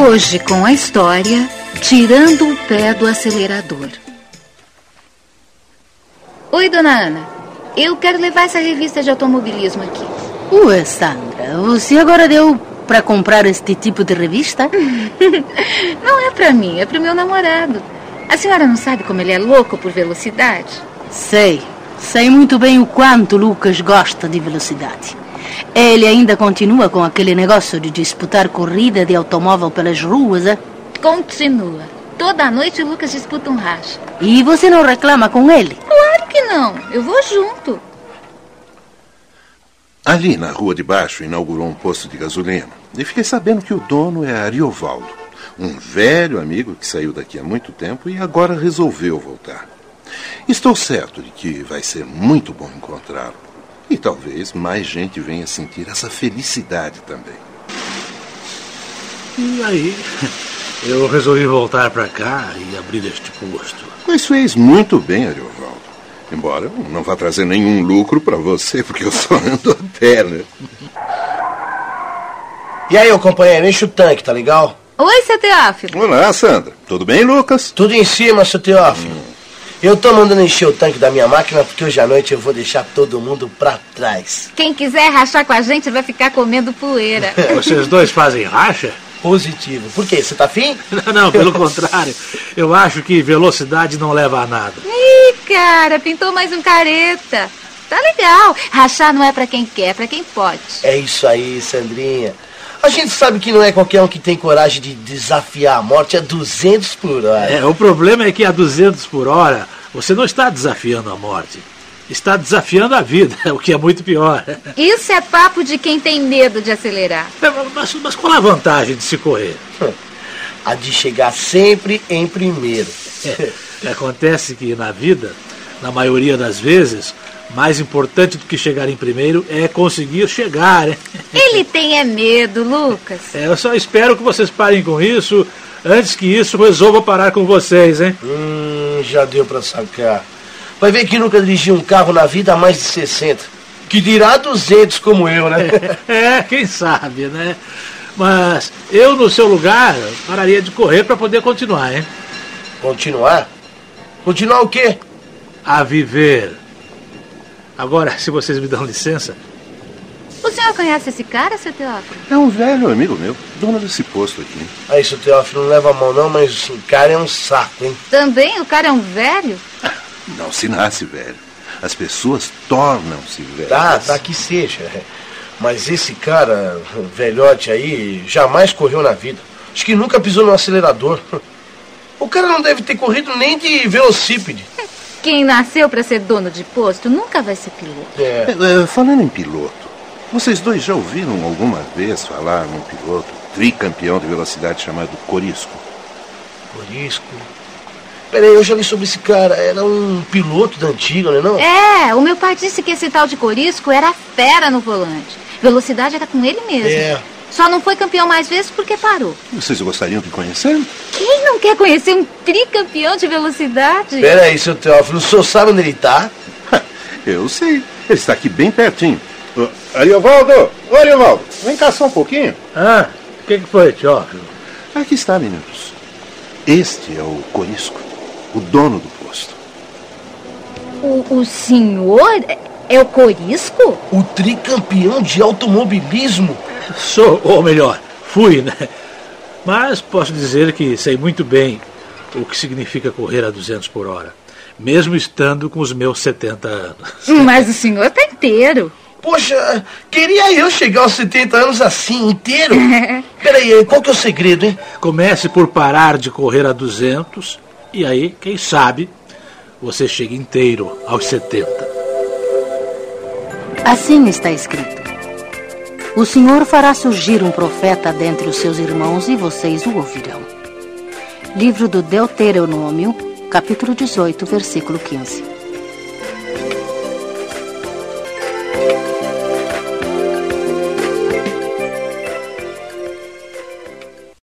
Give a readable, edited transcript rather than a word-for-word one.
Hoje com a história Tirando o Pé do Acelerador. Oi, dona Ana. Eu quero levar essa revista de automobilismo aqui. Ué, Sandra, você agora deu para comprar este tipo de revista? Não é para mim, é para o meu namorado. A senhora não sabe como ele é louco por velocidade? Sei muito bem o quanto Lucas gosta de velocidade. Ele ainda continua com aquele negócio de disputar corrida de automóvel pelas ruas, é? Continua. Toda noite o Lucas disputa um racha. E você não reclama com ele? Claro que não. Eu vou junto. Ali na rua de baixo inaugurou um posto de gasolina. E fiquei sabendo que o dono é Ariovaldo, um velho amigo que saiu daqui há muito tempo e agora resolveu voltar. Estou certo de que vai ser muito bom encontrá-lo. E talvez mais gente venha sentir essa felicidade também. E aí, eu resolvi voltar para cá e abrir este posto. Mas fez muito bem, Ariovaldo. Embora eu não vá trazer nenhum lucro para você, porque eu só ando a pé, né? E aí, companheiro, enche o tanque, tá legal? Oi, seu Teófilo. Olá, Sandra. Tudo bem, Lucas? Tudo em cima, seu Teófilo. Eu tô mandando encher o tanque da minha máquina porque hoje à noite eu vou deixar todo mundo pra trás. Quem quiser rachar com a gente vai ficar comendo poeira. Vocês dois fazem racha? Positivo. Por quê? Você tá afim? Não, pelo contrário. Eu acho que velocidade não leva a nada. Ih, cara, pintou mais um careta. Tá legal. Rachar não é pra quem quer, é pra quem pode. É isso aí, Sandrinha. A gente sabe que não é qualquer um que tem coragem de desafiar a morte a 200 por hora. O problema é que a 200 por hora você não está desafiando a morte. Está desafiando a vida, o que é muito pior. Isso é papo de quem tem medo de acelerar. Mas qual a vantagem de se correr? A de chegar sempre em primeiro. Acontece que na vida, na maioria das vezes, mais importante do que chegar em primeiro é conseguir chegar, né? Ele tem medo, Lucas. Eu só espero que vocês parem com isso antes que isso resolva parar com vocês, hein? Já deu pra sacar. Vai ver que nunca dirigiu um carro na vida a mais de 60. Que dirá 200 como eu, né? Quem sabe, né? Mas eu, no seu lugar, pararia de correr para poder continuar, hein? Continuar? Continuar o quê? A viver. Agora, se vocês me dão licença... O senhor conhece esse cara, seu Teófilo? É um velho amigo meu, dono desse posto aqui. Aí, seu Teófilo, não leva a mão não, mas o cara é um saco, hein? Também? O cara é um velho? Não se nasce velho. As pessoas tornam-se velhas. Tá que seja. Mas esse cara, velhote aí, jamais correu na vida. Acho que nunca pisou no acelerador. O cara não deve ter corrido nem de velocípede. Quem nasceu para ser dono de posto nunca vai ser piloto. Falando em piloto, vocês dois já ouviram alguma vez falar num piloto tricampeão de velocidade chamado Corisco? Corisco? Peraí, eu já li sobre esse cara. Era um piloto da antiga, não é não? O meu pai disse que esse tal de Corisco era fera no volante. Velocidade era com ele mesmo. Só não foi campeão mais vezes porque parou. Vocês gostariam de conhecer? Quem não quer conhecer um tricampeão de velocidade? Peraí, seu Teófilo, o senhor sabe onde ele tá? Eu sei. Ele está aqui bem pertinho. Ariovaldo! Ô, Ariovaldo, vem cá só um pouquinho. O que foi, Teófilo? Aqui está, meninos. Este é o Corisco, o dono do posto. O senhor é o Corisco? O tricampeão de automobilismo? Sou, ou melhor, fui, né? Mas posso dizer que sei muito bem o que significa correr a 200 por hora, mesmo estando com os meus 70 anos. Mas o senhor está inteiro. Poxa, queria eu chegar aos 70 anos assim, inteiro. Peraí, qual que é o segredo, hein? Comece por parar de correr a 200 e aí, quem sabe, você chega inteiro aos 70. Assim está escrito: o Senhor fará surgir um profeta dentre os seus irmãos e vocês o ouvirão. Livro do Deuteronômio, capítulo 18, versículo 15.